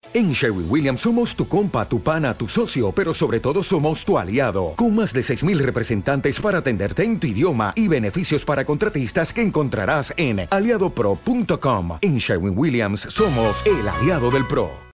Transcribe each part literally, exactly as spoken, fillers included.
En Sherwin-Williams somos tu compa, tu pana, tu socio, pero sobre todo somos tu aliado, con más de seis mil representantes para atenderte en tu idioma y beneficios para contratistas que encontrarás en aliado pro punto com. En Sherwin-Williams somos el aliado del pro.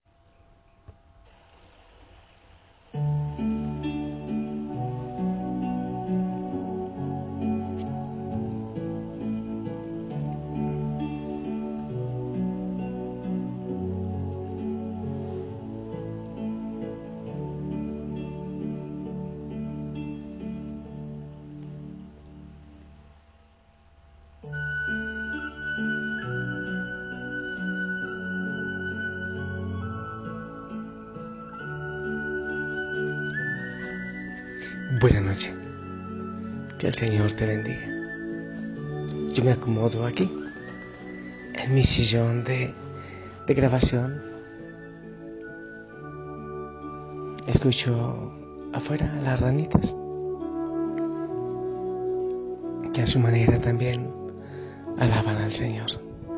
Buenas noches. Que el Señor te bendiga. Yo me acomodo aquí, en mi sillón de, de grabación. Escucho afuera a las ranitas, que a su manera también alaban al Señor.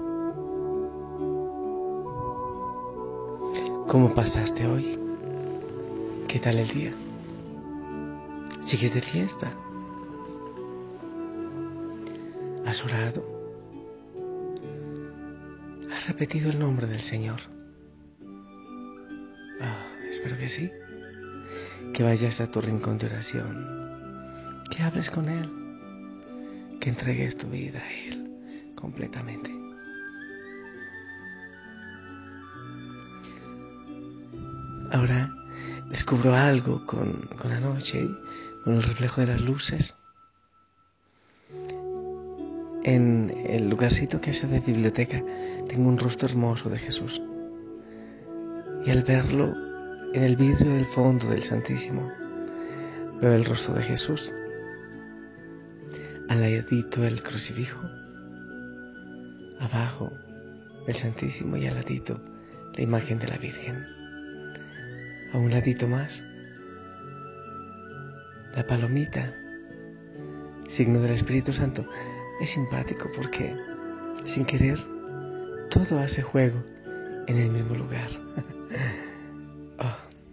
¿Cómo pasaste hoy? ¿Qué tal el día? ¿Sigues de fiesta? ¿Has orado? ¿Has repetido el nombre del Señor? Oh, espero que sí. Que vayas a tu rincón de oración. Que hables con Él. Que entregues tu vida a Él completamente. Ahora descubro algo con, con la noche, con el reflejo de las luces. En el lugarcito que es de biblioteca tengo un rostro hermoso de Jesús. Y al verlo en el vidrio del fondo del Santísimo, veo el rostro de Jesús. Al ladito el crucifijo, abajo el Santísimo y al ladito la imagen de la Virgen. A un ladito más, la palomita, signo del Espíritu Santo. Es simpático porque, sin querer, todo hace juego en el mismo lugar. Oh.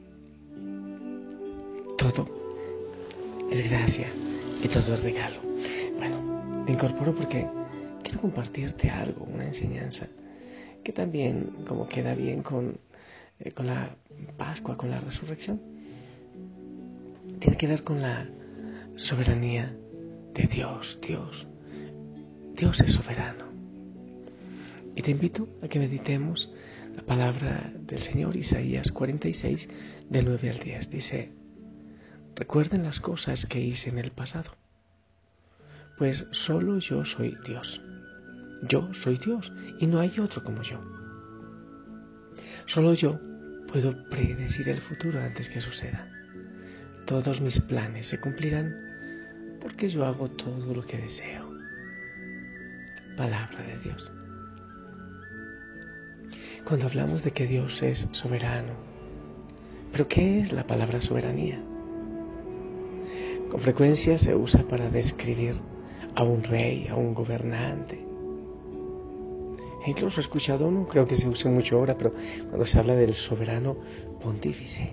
Todo es gracia y todo es regalo. Bueno, me incorporo porque quiero compartirte algo, una enseñanza que también como queda bien con, eh, con la Pascua, con la resurrección. Tiene que ver con la soberanía de Dios, Dios. Dios es soberano. Y te invito a que meditemos la palabra del Señor, Isaías cuarenta y seis, del nueve al diez. Dice: recuerden las cosas que hice en el pasado, pues solo yo soy Dios. Yo soy Dios y no hay otro como yo. Solo yo puedo predecir el futuro antes que suceda. Todos mis planes se cumplirán porque yo hago todo lo que deseo. Palabra de Dios. Cuando hablamos de que Dios es soberano, ¿pero qué es la palabra soberanía? Con frecuencia se usa para describir a un rey, a un gobernante. E incluso he escuchado, no creo que se use mucho ahora, pero cuando se habla del soberano pontífice.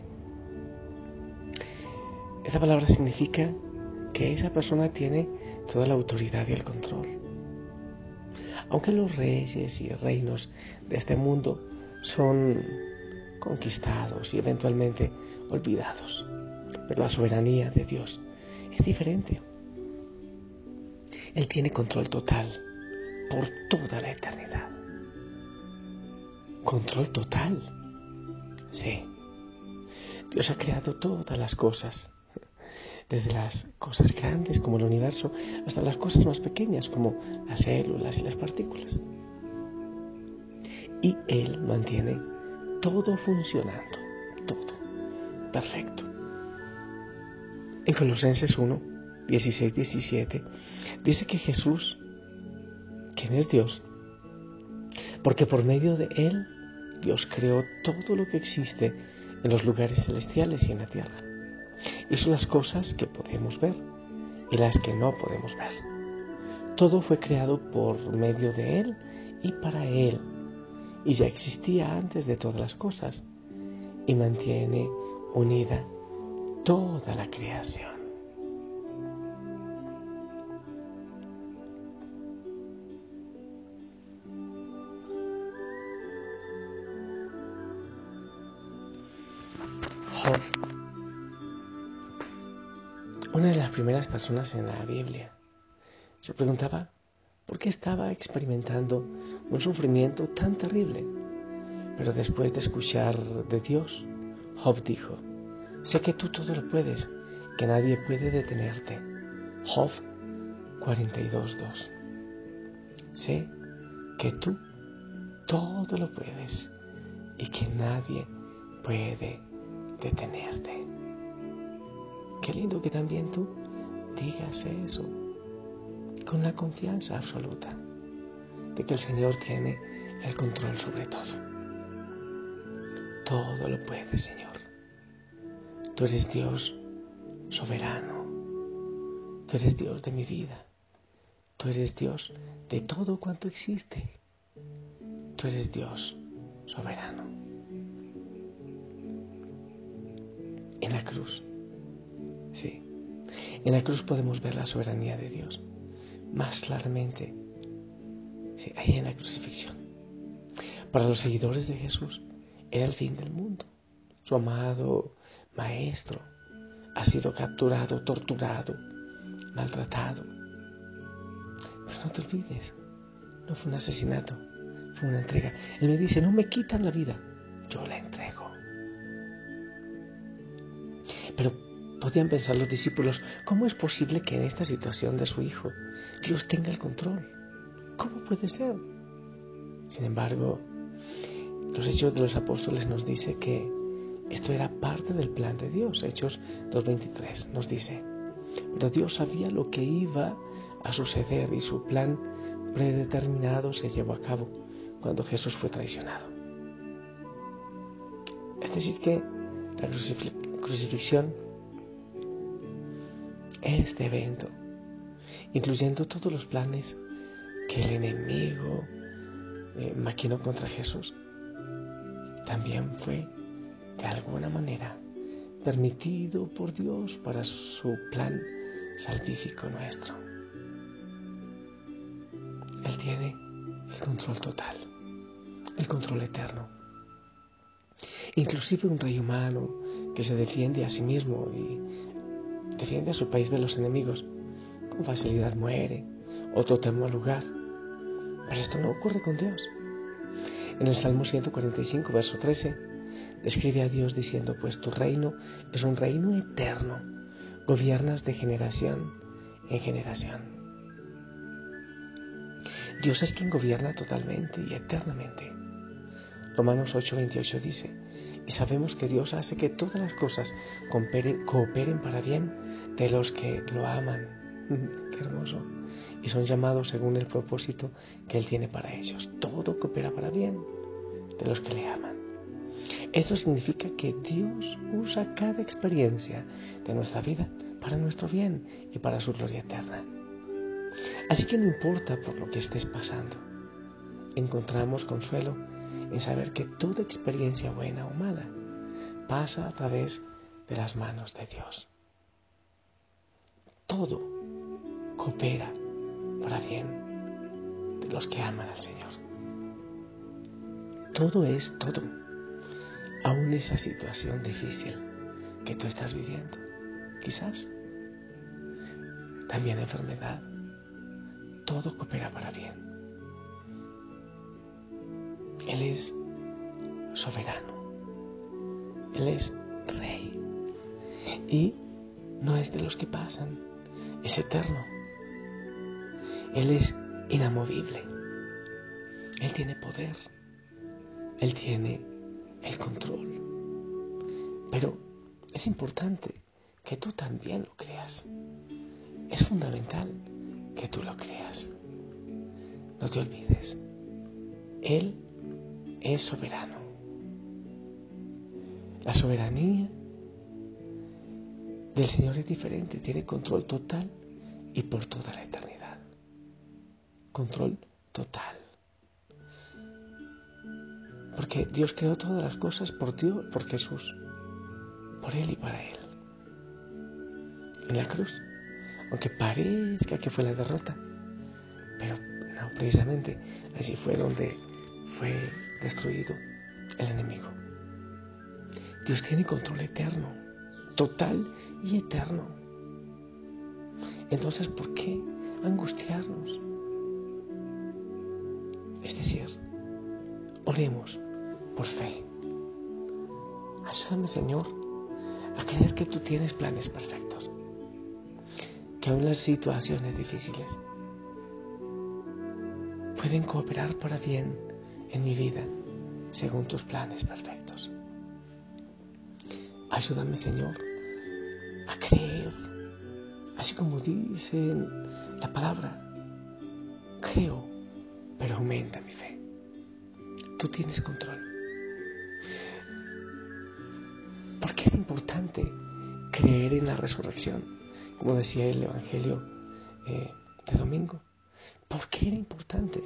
Esa palabra significa que esa persona tiene toda la autoridad y el control. Aunque los reyes y reinos de este mundo son conquistados y eventualmente olvidados, pero la soberanía de Dios es diferente. Él tiene control total por toda la eternidad. Control total. Sí. Dios ha creado todas las cosas, desde las cosas grandes como el universo hasta las cosas más pequeñas como las células y las partículas. Y Él mantiene todo funcionando, todo perfecto. En Colosenses uno, dieciséis, diecisiete dice que Jesús, quien es Dios, porque por medio de Él Dios creó todo lo que existe en los lugares celestiales y en la tierra. Y son las cosas que podemos ver y las que no podemos ver. Todo fue creado por medio de Él y para Él. y ya existía antes de todas las cosas y mantiene unida toda la creación. Job, una de las primeras personas en la Biblia, se preguntaba por qué estaba experimentando un sufrimiento tan terrible. Pero después de escuchar de Dios, Job dijo: sé que tú todo lo puedes, que nadie puede detenerte. Job cuarenta y dos, dos. Sé que tú todo lo puedes y que nadie puede detenerte. Qué lindo que también tú digas eso con la confianza absoluta de que el Señor tiene el control sobre todo. Todo lo puedes, Señor. Tú eres Dios soberano. Tú eres Dios de mi vida. Tú eres Dios de todo cuanto existe. Tú eres Dios soberano. En la cruz, sí, en la cruz podemos ver la soberanía de Dios más claramente, sí, ahí en la crucifixión. Para los seguidores de Jesús era el fin del mundo. Su amado Maestro ha sido capturado, torturado, maltratado. Pero no te olvides, no fue un asesinato, fue una entrega. Él me dice: no me quitan la vida, yo la entrego. Pero podían pensar los discípulos: ¿cómo es posible que en esta situación de su hijo Dios tenga el control? ¿Cómo puede ser? Sin embargo, los Hechos de los Apóstoles nos dice que esto era parte del plan de Dios. Hechos dos veintitrés nos dice: pero Dios sabía lo que iba a suceder y su plan predeterminado se llevó a cabo cuando Jesús fue traicionado. Es decir que la crucifixión, este evento, incluyendo todos los planes que el enemigo eh, maquinó contra Jesús, también fue de alguna manera permitido por Dios para su plan salvífico nuestro. Él tiene el control total, el control eterno. Inclusive un rey humano que se defiende a sí mismo y defiende a su país de los enemigos, con facilidad muere, otro toma lugar. Pero esto no ocurre con Dios. En el Salmo ciento cuarenta y cinco, verso trece, describe a Dios diciendo: pues tu reino es un reino eterno, gobiernas de generación en generación. Dios es quien gobierna totalmente y eternamente. Romanos ocho veintiocho dice: y sabemos que Dios hace que todas las cosas cooperen, cooperen para bien de los que lo aman. Qué hermoso. Y son llamados según el propósito que Él tiene para ellos. Todo coopera para bien de los que le aman. Esto significa que Dios usa cada experiencia de nuestra vida para nuestro bien y para su gloria eterna. Así que no importa por lo que estés pasando, encontramos consuelo en saber que toda experiencia buena o mala pasa a través de las manos de Dios. Todo coopera para bien de los que aman al Señor. Todo es todo, aún esa situación difícil que tú estás viviendo, quizás también enfermedad, todo coopera para bien. Él es soberano, Él es Rey y no es de los que pasan, es eterno. Él es inamovible, Él tiene poder, Él tiene el control. Pero es importante que tú también lo creas. Es fundamental que tú lo creas. No te olvides, Él es soberano. La soberanía del Señor es diferente, tiene control total y por toda la eternidad. Control total. Porque Dios creó todas las cosas por Dios, por Jesús, por Él y para Él. En la cruz, aunque parezca que fue la derrota, pero no, precisamente allí fue donde fue destruido el enemigo. Dios tiene control eterno, total y eterno. Entonces, ¿por qué angustiarnos? Es decir, oremos por fe. Ayúdame, Señor, a creer que tú tienes planes perfectos, que aun las situaciones difíciles pueden cooperar para bien en mi vida según tus planes perfectos. Ayúdame, Señor, a creer, así como dice la palabra, creo, pero aumenta mi fe. Tú tienes control. ¿Por qué es importante creer en la resurrección? Como decía el Evangelio eh, de domingo. ¿Por qué era importante?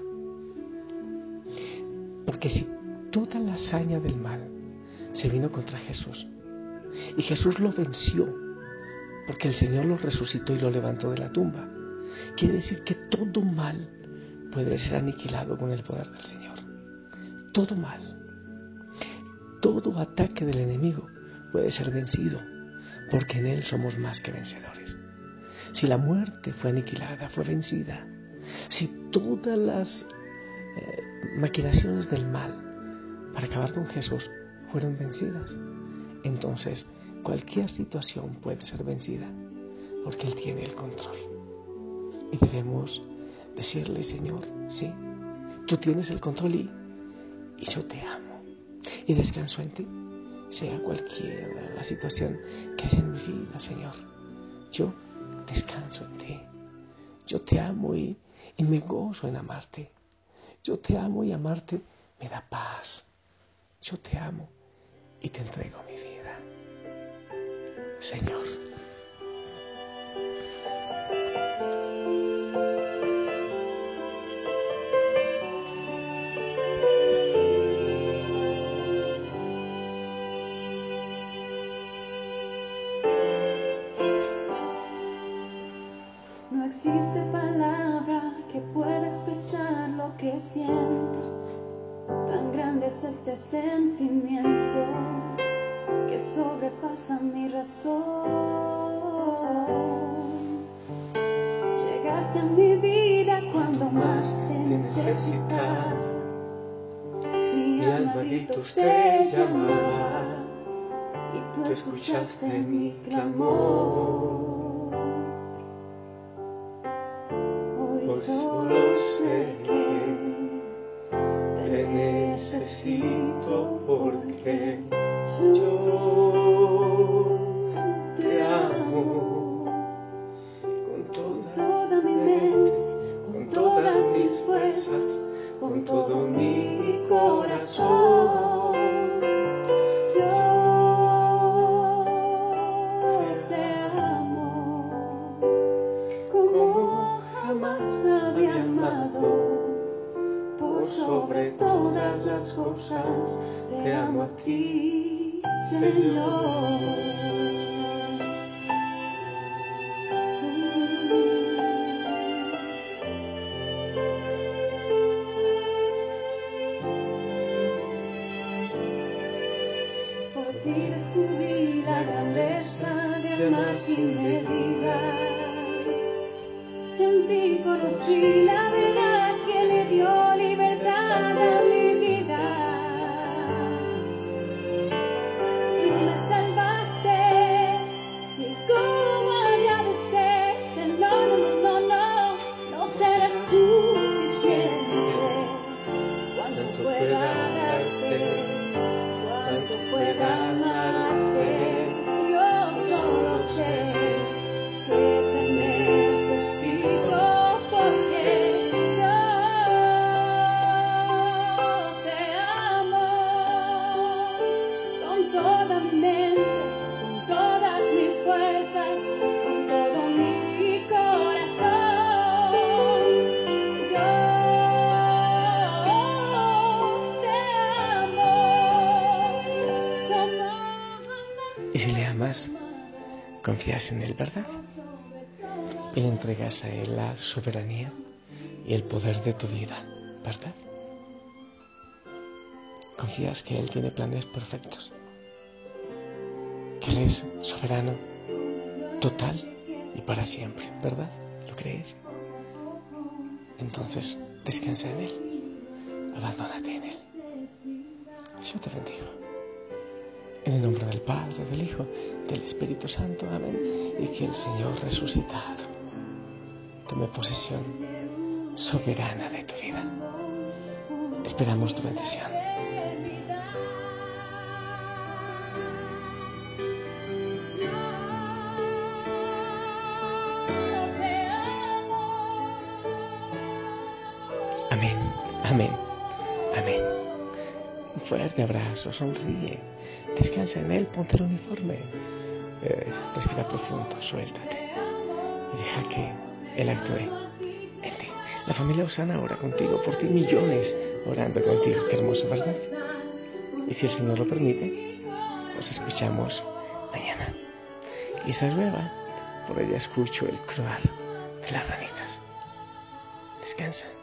Porque si toda la hazaña del mal se vino contra Jesús y Jesús lo venció porque el Señor lo resucitó y lo levantó de la tumba, quiere decir que todo mal puede ser aniquilado con el poder del Señor. Todo mal, todo ataque del enemigo puede ser vencido porque en Él somos más que vencedores. Si la muerte fue aniquilada, fue vencida, si todas las eh, maquinaciones del mal para acabar con Jesús fueron vencidas, entonces cualquier situación puede ser vencida porque Él tiene el control. Y debemos decirle, Señor, sí, tú tienes el control y, y yo te amo y descanso en ti, sea cualquiera la situación que haya en mi vida, Señor. Yo descanso en ti. Yo te amo y, y me gozo en amarte. Yo te amo y amarte me da paz. Yo te amo y te entrego mi vida, Señor. No existe palabra que pueda expresar lo que siento. Tan grande es este sentimiento que sobrepasa mi razón. Llegaste a mi vida cuando más te necesitaba. Mi alma a gritos te llamaba y tú escuchaste mi clamor. Hoy solo sé que te necesito porque yo te amo con toda mi mente, con todas mis fuerzas, con todo mi corazón. Yo te amo como jamás nadie ha amado. Por sobre todas las cosas te amo a ti, Señor. Por ti descubrí la grandeza de amar sin medida. En ti conocí la verdad que le dio libertad a mi vida. Tú me salvaste y cómo agradecerte. No, no, no, no, no será suficiente. Cuánto pueda darte, cuánto pueda amarte. Yo solo sé que te necesito porque yo te amo con toda mi mente, con todas mis fuerzas, con todo mi corazón. Yo te amo Y si le amas, confías en Él, ¿verdad? Y le entregas a Él la soberanía y el poder de tu vida, ¿verdad? Confías que Él tiene planes perfectos, que Él es soberano, total y para siempre, ¿verdad? ¿Lo crees? Entonces, descansa en Él, abandónate en Él. Yo te bendigo. En el nombre del Padre, del Hijo, del Espíritu Santo, amén. Y que el Señor resucitado tome posesión soberana de tu vida. Esperamos tu bendición. Amén, amén, amén. Un fuerte abrazo, sonríe, descansa en Él, ponte el uniforme, eh, respira profundo, suéltate y deja que Él actúe en ti. La familia Osana ora contigo, por ti millones orando contigo, qué hermoso, ¿verdad? Y si el Señor lo permite, nos escuchamos mañana. Quizás llueva, por ella escucho el croar de las ranitas. Descansa.